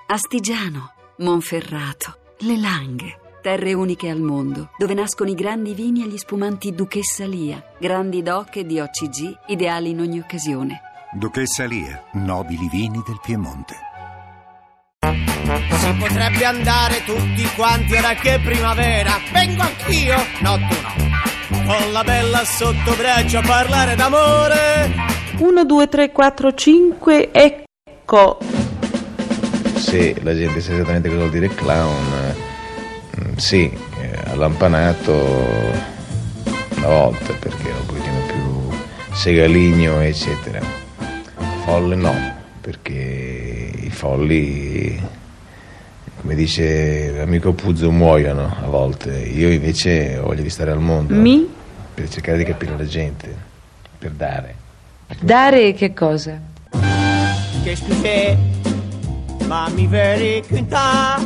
Astigiano, Monferrato, Le Langhe. Terre uniche al mondo, dove nascono i grandi vini e gli spumanti Duchessa Lia, grandi DOC e di OCG, ideali in ogni occasione. Duchessa Lia, nobili vini del Piemonte. Si potrebbe andare tutti quanti ora che è primavera. Vengo anch'io, no tu no, con la bella sotto braccio a parlare d'amore. 1, 2, 3, 4, 5, ecco. Se la gente sa esattamente cosa vuol dire clown, sì, ha lampanato una volta perché era un pochettino più segaligno eccetera. Folle no, perché i folli, come dice l'amico Puzzo, muoiono a volte. Io invece ho voglia di stare al mondo per cercare di capire la gente, per dare. Dare che cosa? Che schifè, ma mi veri quinta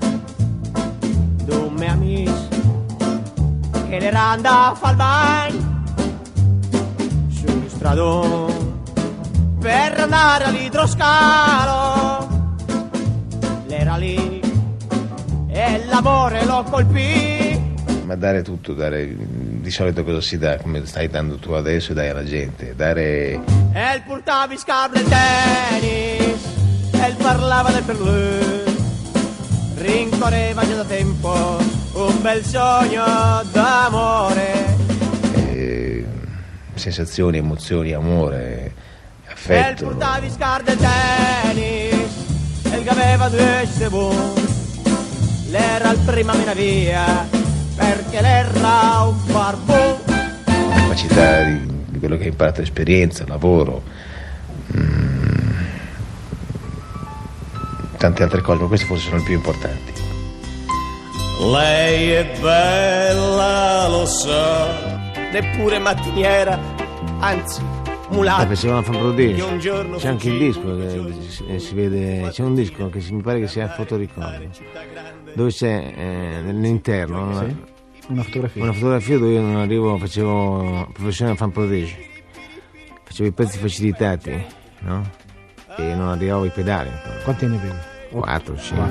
dumme amis che le randa a far bagno sul stradone per andare all'idroscalo. L'era lì e l'amore lo colpì. Ma dare tutto, dare di solito cosa si dà, come stai dando tu adesso, dai alla gente, dare. E il portavi scarpe del tennis e il parlava del per lui. Rincorreva già da tempo un bel sogno d'amore. Sensazioni, emozioni, amore, affetto. E il portavi scarpe del tennis e il che aveva due buon. L'era il prima mena via perché l'era un barbon. Capacità di quello che hai imparato, esperienza, lavoro, tante altre cose, ma queste forse sono le più importanti. Lei è bella, lo so, neppure mattiniera, anzi mulatta. Facevano fan prodigio. Un giorno C'è anche il disco che si vede, c'è un disco che mi pare che sia fotoricordo, dove c'è nell'interno una fotografia dove io non arrivo, facevo professionale fan prodigio, facevo i pezzi facilitati, no? E non arrivavo ai pedali. Quanti anni avevi? 4, 5.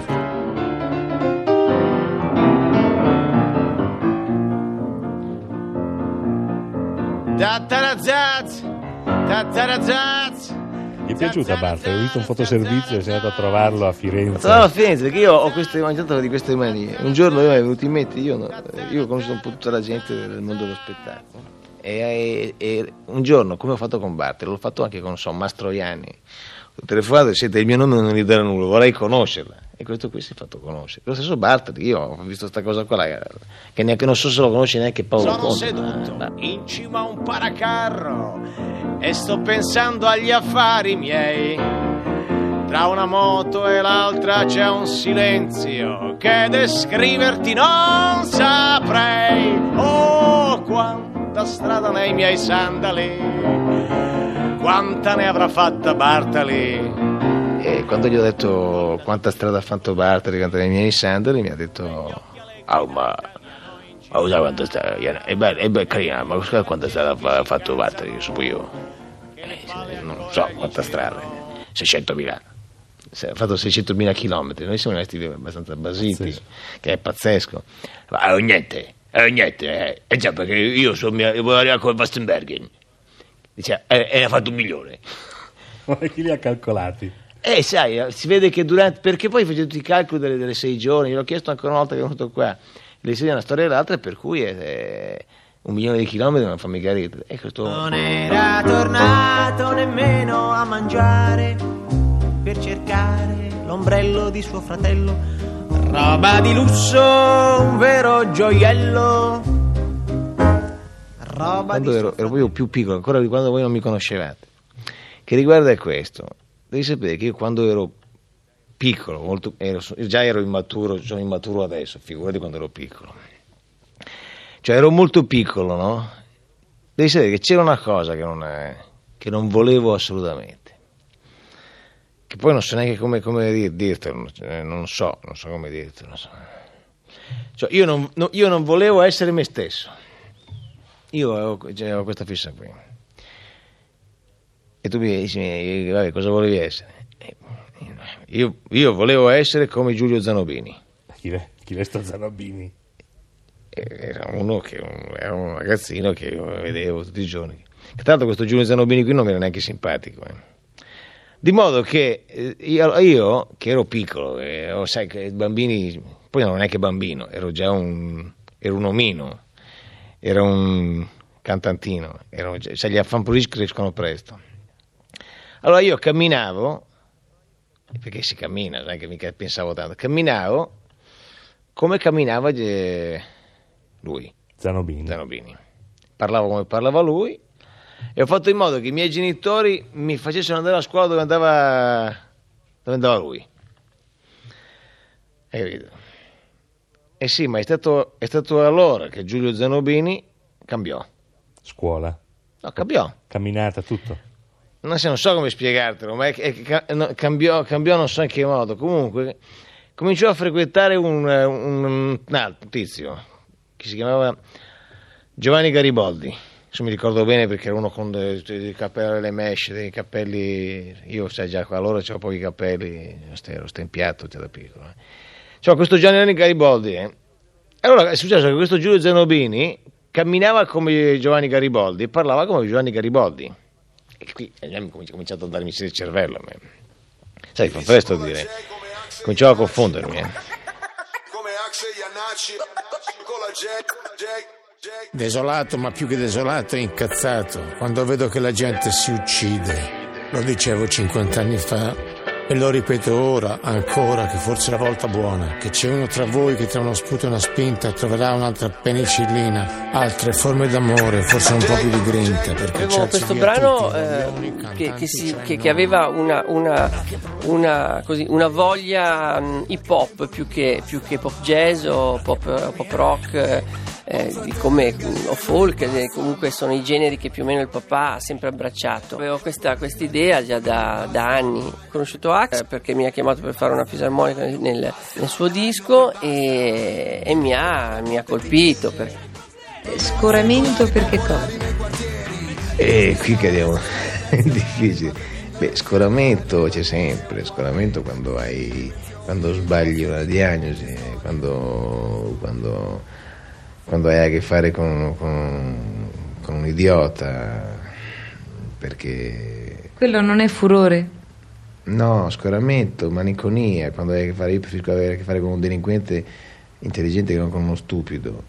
Gli è piaciuta Bartoli? Ho visto un fotoservizio e sei andato a trovarlo a Firenze. Stavo a Firenze perché io ho mangiato di queste manie. Un giorno mi è venuto in mente, io ho conosciuto un po' tutta la gente del mondo dello spettacolo. E un giorno, come ho fatto con Bartoli, l'ho fatto anche con Mastroianni. Ho telefonato e sente, il mio nome non gli darà nulla, vorrei conoscerla. E questo qui si è fatto conoscere. Lo stesso Bartoli, io ho visto questa cosa qua, che neanche, non so se lo conosce neanche Paolo Conte. Sono seduto in cima a un paracarro e sto pensando agli affari miei. Tra una moto e l'altra c'è un silenzio che descriverti non saprei. Oh, quanta strada nei miei sandali, quanta ne avrà fatta Bartoli. E quando gli ho detto quanta strada ha fatto Bartoli, quanta nei miei sandali, mi ha detto ma sai quanta strada, è bella carina, ma quanta strada ha fatto Bartoli, so io. Non so quanta strada, 600.000, ha fatto 600.000 chilometri, noi siamo rimasti abbastanza basiti, che è pazzesco. Ma niente, già perché io volevo arrivare con Vastenbergen, dice, e ha fatto 1 milione. Ma chi li ha calcolati? Sai, si vede che perché poi fece tutti i calcoli delle 6 giorni, gliel'ho chiesto ancora una volta che è venuto qua, le sia una storia e l'altra, per cui 1 milione di chilometri non fa mica ridere. Non era tornato nemmeno a mangiare per cercare l'ombrello di suo fratello, roba di lusso, un vero gioiello. Quando ero proprio più piccolo, ancora di quando voi non mi conoscevate, che riguarda questo, devi sapere che io quando ero piccolo, già ero immaturo, sono immaturo adesso, figurati quando ero piccolo. Cioè ero molto piccolo, no? Devi sapere che c'era una cosa che non volevo assolutamente, che poi non so neanche come dirtelo, non so come dirtelo. Cioè io non volevo essere me stesso, io avevo questa fissa qui. E tu mi dici, vabbè, cosa volevi essere? Io volevo essere come Giulio Zanobini. Chi è sto Zanobini? Era era un ragazzino che io vedevo tutti i giorni. Tra l'altro questo Giulio Zanobini qui non mi era neanche simpatico. Di modo che io che ero piccolo, sai che i bambini, poi non è che bambino, ero un omino, ero un cantantino, sai, gli affanprodigi crescono presto. Allora io camminavo, perché si cammina, non è che mica pensavo tanto, camminavo come camminava lui, Zanobini. Parlavo come parlava lui e ho fatto in modo che i miei genitori mi facessero andare a scuola dove andava lui. Hai capito? Eh sì, ma è stato allora che Giulio Zanobini cambiò. Scuola? No, cambiò. Camminata, tutto? Non so come spiegartelo, ma cambiò non so in che modo. Comunque cominciò a frequentare un tizio che si chiamava Giovanni Gariboldi. Adesso mi ricordo bene perché era uno con dei capelli alle mesh, dei capelli, io sai già, allora c'avevo pochi capelli, ero stempiato già da piccolo. Cioè questo Giovanni Gariboldi, allora è successo che questo Giulio Zanobini camminava come Giovanni Gariboldi e parlava come Giovanni Gariboldi. E qui mi ho cominciato a darmi il cervello. Sai, fa presto a dire. Cominciavo a confondermi. Desolato, ma più che desolato, incazzato quando vedo che la gente si uccide. Lo dicevo 50 anni fa e lo ripeto ora, ancora, che forse è la volta buona, che c'è uno tra voi che tra uno sputo e una spinta troverà un'altra penicillina, altre forme d'amore, forse un po' più di grinta. Avevo questo brano che aveva una voglia hip hop più che pop jazz o pop rock, o folk, comunque sono i generi che più o meno il papà ha sempre abbracciato. Avevo questa idea già da anni. Ho conosciuto Ax perché mi ha chiamato per fare una fisarmonica nel suo disco e mi ha colpito. Scoramento per che cosa? Qui cadiamo, è difficile. Scoramento c'è sempre, scoramento quando sbagli una diagnosi, quando hai a che fare con un idiota, perché... Quello non è furore? No, scoramento, malinconia, quando hai a che fare, io preferisco avere a che fare con un delinquente intelligente che non con uno stupido,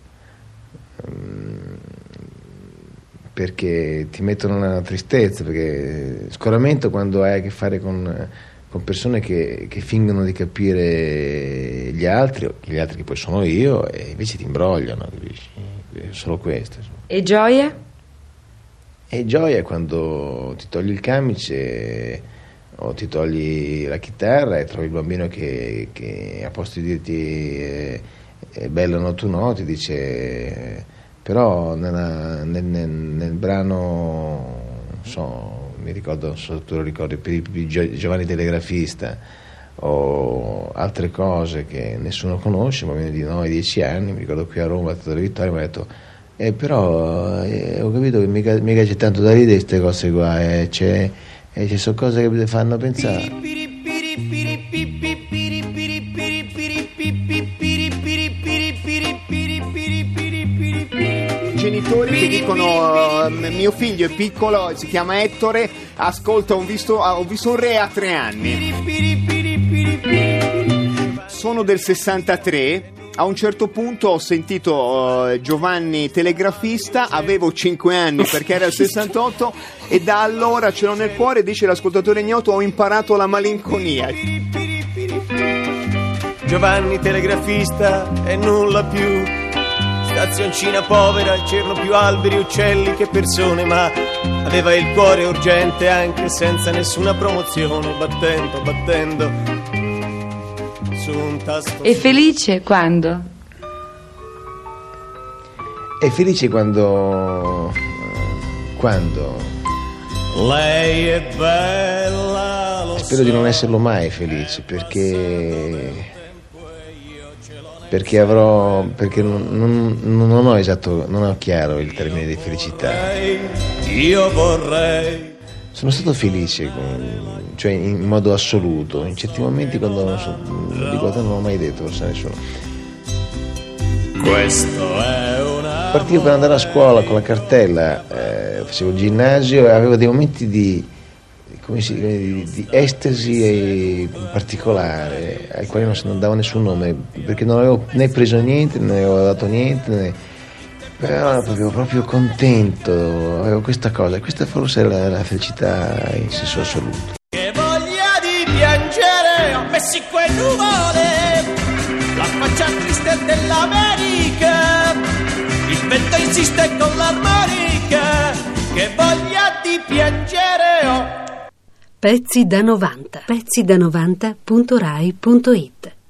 perché ti mettono nella tristezza, perché scoramento quando hai a che fare con persone che fingono di capire gli altri che poi sono io, e invece ti imbrogliano, capisci? È solo questo. E gioia? E gioia è quando ti togli il camice o ti togli la chitarra e trovi il bambino che a posto di dirti è bello no tu no, ti dice, però nel brano, non so, mi ricordo, non so se tu lo ricordi, per Giovanni Telegrafista o altre cose che nessuno conosce, ma viene di noi 10 anni, mi ricordo qui a Roma, a Teatro delle Vittorie, mi ha detto però ho capito che mica c'è tanto da ridere queste cose qua, ci sono cose che fanno pensare. Genitori che dicono mio figlio è piccolo, si chiama Ettore, ascolta, ho visto un re a 3 anni. Sono del 63, a un certo punto ho sentito Giovanni Telegrafista, avevo 5 anni perché era il 68 e da allora ce l'ho nel cuore, dice l'ascoltatore ignoto, ho imparato la malinconia. Giovanni Telegrafista e nulla più, stazioncina povera, c'erano più alberi, uccelli che persone, ma aveva il cuore urgente anche senza nessuna promozione, battendo su un tasto. E felice quando? È felice quando lei è bella, lo spero di non esserlo mai felice, perché non ho chiaro il termine di felicità. Io vorrei Sono stato felice, cioè in modo assoluto. In certi momenti quando lo dico a te non l'ho mai detto forse a nessuno. Questo è una... Partivo per andare a scuola con la cartella, facevo il ginnasio e avevo dei momenti di estasi particolare ai quali non davo nessun nome, perché non avevo né preso niente, ne avevo dato niente, però ero proprio contento, avevo questa cosa, e questa forse è la felicità in senso assoluto. Che voglia di piangere, ho messi quelle nuvole, la faccia triste dell'America, il vento insiste con l'armonica, che voglia di piangere ho. Pezzi da 90. Pezzi da 90.rai.it